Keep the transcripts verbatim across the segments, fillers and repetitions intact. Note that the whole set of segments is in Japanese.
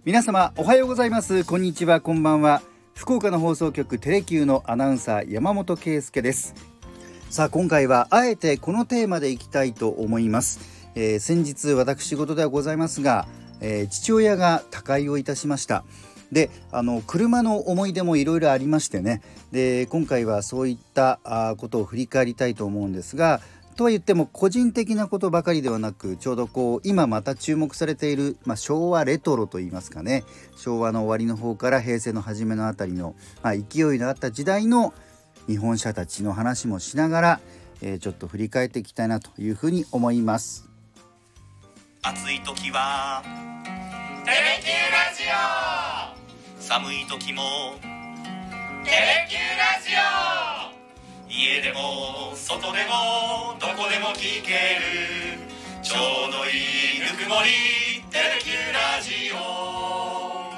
皆様おはようございます。こんにちは、こんばんは。福岡の放送局テレキューのアナウンサー山本圭介です。さあ今回はあえてこのテーマでいきたいと思います。えー、先日私事ではございますが、えー、父親が他界をいたしました。であの車の思い出もいろいろありましてね。で今回はそういったあことを振り返りたいと思うんですが、とは言っても個人的なことばかりではなく、ちょうどこう今また注目されている、まあ、昭和レトロといいますかね、昭和の終わりの方から平成の初めのあたりの、まあ、勢いのあった時代の日本車たちの話もしながら、えー、ちょっと振り返っていきたいなというふうに思います。 暑い時はテレキューラジオ、 寒い時もテレキューラジオ、 家でも外でもどこでも聞けるちょうどいいぬくもりテレキューラジオ。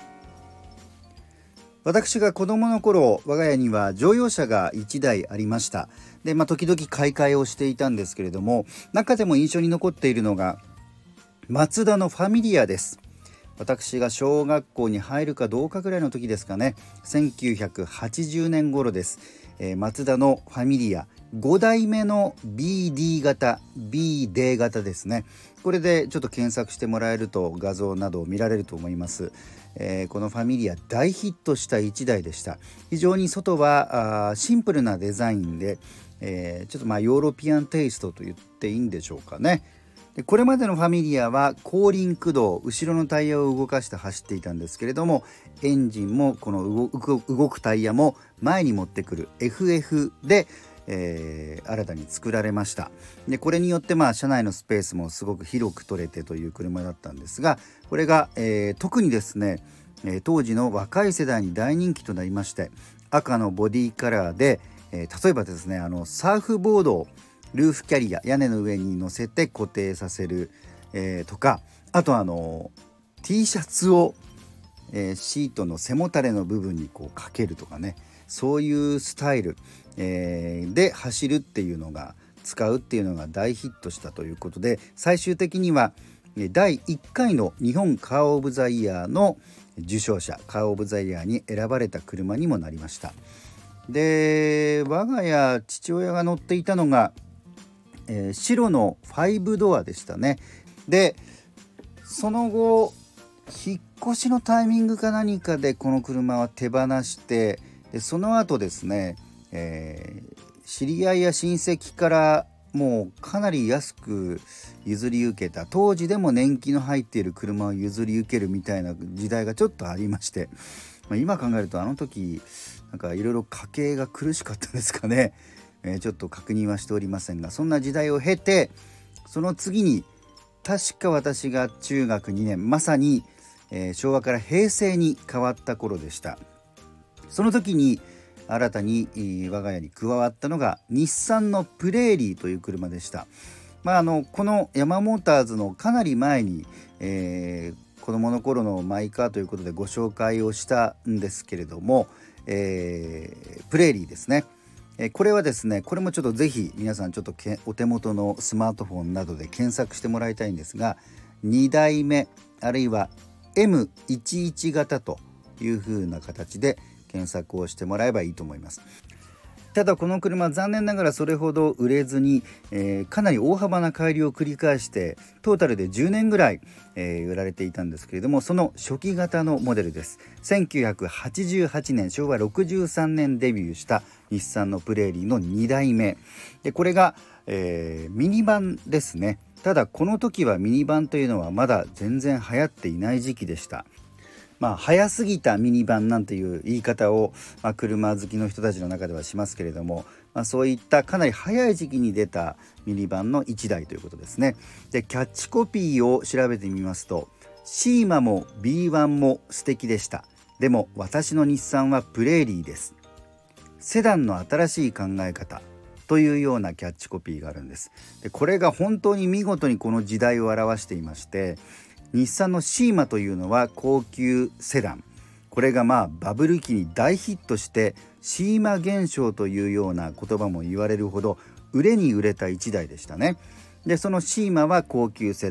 私が子供の頃、我が家には乗用車がいちだいありました。で、まあ、時々買い替えをしていたんですけれども、中でも印象に残っているのがマツダのファミリアです。私が小学校に入るかどうかぐらいの時ですかね。せんきゅうひゃくはちじゅうねん頃です。えー、マツダのファミリアごだいめの ビーディー 型 ビーディー 型ですね。これでちょっと検索してもらえると画像などを見られると思います。えー、このファミリア大ヒットしたいちだいでした。非常に外はあシンプルなデザインで、えー、ちょっとまあヨーロピアンテイストと言っていいんでしょうかね。でこれまでのファミリアは後輪駆動、後ろのタイヤを動かして走っていたんですけれども、エンジンもこの 動, 動くタイヤも前に持ってくる エフエフ で、えー、新たに作られました。でこれによってまあ車内のスペースもすごく広く取れてという車だったんですが、これが、えー、特にですね、えー、当時の若い世代に大人気となりまして、赤のボディカラーで、えー、例えばですね、あのサーフボードをルーフキャリア、屋根の上に乗せて固定させる、えー、とか、あとあの T シャツを、えー、シートの背もたれの部分にこうかけるとかね、そういうスタイル、えー、で走るっていうのが使うっていうのが大ヒットしたということで、最終的にはだいいっかいの日本カーオブザイヤーの受賞者、カーオブザイヤーに選ばれた車にもなりました。で我が家父親が乗っていたのがえー、白のファイブドアでしたね。でその後引っ越しのタイミングか何かでこの車は手放して、でその後ですね、えー、知り合いや親戚からもうかなり安く譲り受けた、当時でも年季の入っている車を譲り受けるみたいな時代がちょっとありまして、まあ、今考えるとあの時なんかいろいろ家計が苦しかったですかね。えー、ちょっと確認はしておりませんが、そんな時代を経て、その次に確か私が中学にねん、まさに、えー、昭和から平成に変わった頃でした。その時に新たに我が家に加わったのが日産のプレーリーという車でした。まあ、あのこのヤマモーターズのかなり前に、えー、子どもの頃のマイカーということでご紹介をしたんですけれども、えー、プレーリーですね。これはですね、これもちょっとぜひ皆さんちょっとお手元のスマートフォンなどで検索してもらいたいんですが、にだいめあるいは エムじゅういち 型という風な形で検索をしてもらえばいいと思います。ただこの車残念ながらそれほど売れずに、えー、かなり大幅な改良を繰り返してトータルでじゅうねんぐらい、えー、売られていたんですけれども、その初期型のモデルです。せんきゅうひゃくはちじゅうはちねん、しょうわろくじゅうさんねんデビューした日産のプレーリーのにだいめで、これが、えー、ミニバンですね。ただこの時はミニバンというのはまだ全然流行っていない時期でした。まあ、早すぎたミニバンなんていう言い方を、まあ、車好きの人たちの中ではしますけれども、まあ、そういったかなり早い時期に出たミニバンのいちだいということですね。でキャッチコピーを調べてみますと、シーマも ビーワン も素敵でした。でも私の日産はプレーリーです。セダンの新しい考え方というようなキャッチコピーがあるんです。でこれが本当に見事にこの時代を表していまして、日産のシーマというのは高級セダン、これがまあバブル期に大ヒットしてシーマ現象というような言葉も言われるほど売れに売れたいちだいでしたね。でそのシーマは高級セダン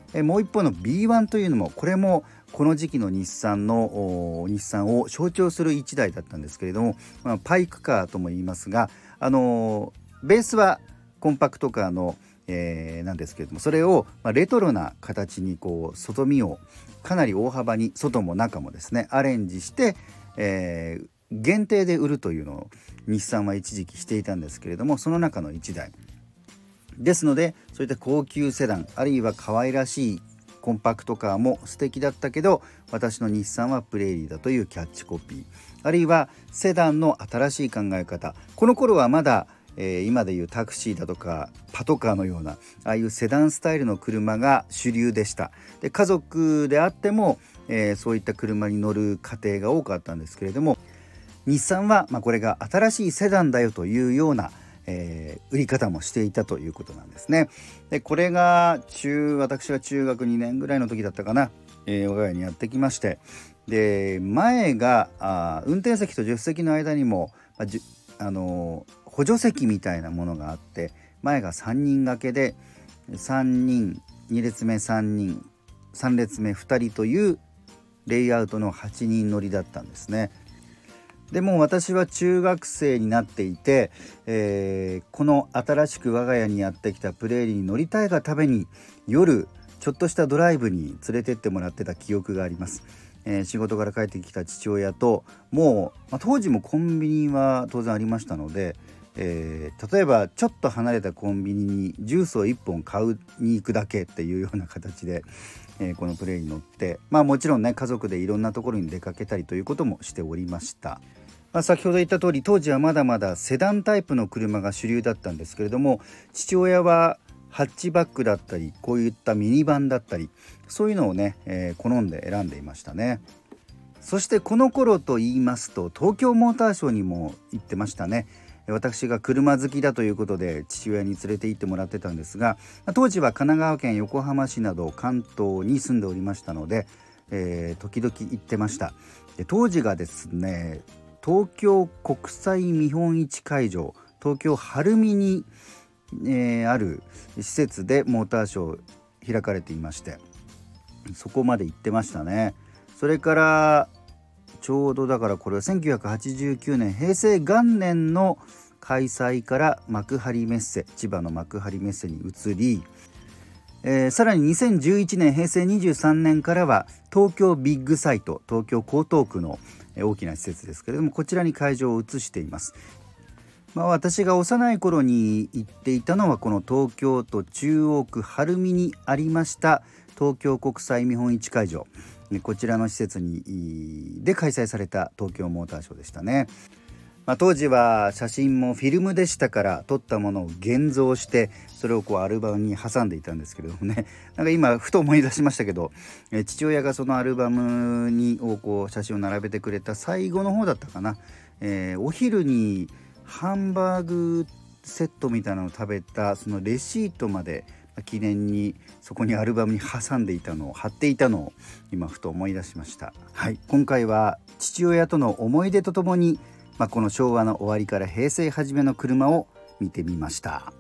えもう一方の ビーワン というのも、これもこの時期の日産の日産を象徴するいちだいだったんですけれども、まあ、パイクカーとも言いますが、あのベースはコンパクトカーの、えー、なんですけれども、それを、まあ、レトロな形にこう外見をかなり大幅に外も中もですねアレンジして、えー、限定で売るというのを日産は一時期していたんですけれども、その中のいちだいですので、そういった高級セダンあるいは可愛らしいコンパクトカーも素敵だったけど、私の日産はプレーリーだというキャッチコピー、あるいはセダンの新しい考え方、この頃はまだ、えー、今でいうタクシーだとかパトカーのようなああいうセダンスタイルの車が主流でした。で家族であっても、えー、そういった車に乗る家庭が多かったんですけれども、日産は、まあ、これが新しいセダンだよというようなえー、売り方もしていたということなんですね。でこれが中私が中学にねんぐらいの時だったかな、えー、我が家にやってきまして、で前があ運転席と助手席の間にも、まあじあのー、補助席みたいなものがあって、前がさんにん掛けでさんにんに列目さんにんさん列目ふたりというレイアウトのはちにん乗りだったんですね。でも私は中学生になっていて、えー、この新しく我が家にやってきたプレーリーに乗りたいがために夜ちょっとしたドライブに連れてってもらってた記憶があります。えー、仕事から帰ってきた父親と、もう、まあ、当時もコンビニは当然ありましたので、えー、例えばちょっと離れたコンビニにジュースをいっぽん買うに行くだけっていうような形で、えー、このプレーリーに乗って、まあもちろんね家族でいろんなところに出かけたりということもしておりました。まあ、先ほど言った通り、当時はまだまだセダンタイプの車が主流だったんですけれども、父親はハッチバックだったりこういったミニバンだったり、そういうのをね、えー、好んで選んでいましたね。そしてこの頃と言いますと、東京モーターショーにも行ってましたね。私が車好きだということで父親に連れて行ってもらってたんですが、当時は神奈川県横浜市など関東に住んでおりましたので、えー、時々行ってました。で当時がですね、東京国際見本市会場、東京晴海に、えー、ある施設でモーターショー開かれていまして、そこまで行ってましたね。それからちょうどだからこれはせんきゅうひゃくはちじゅうきゅうねん平成元年の開催から幕張メッセ、千葉の幕張メッセに移り、えー、さらににせんじゅういちねん平成にじゅうさんねんからは東京ビッグサイト、東京江東区の大きな施設ですけれども、こちらに会場を移しています。まあ、私が幼い頃に行っていたのはこの東京都中央区晴海にありました東京国際見本市会場、こちらの施設にで開催された東京モーターショーでしたね。まあ、当時は写真もフィルムでしたから、撮ったものを現像してそれをこうアルバムに挟んでいたんですけれどもね、なんか今ふと思い出しましたけど、え父親がそのアルバムにをこう写真を並べてくれた最後の方だったかな、えー、お昼にハンバーグセットみたいなのを食べたそのレシートまで記念にそこにアルバムに挟んでいたのを貼っていたのを今ふと思い出しました。はい、今回は父親との思い出とともに、まあ、この昭和の終わりから平成初めの車を見てみました。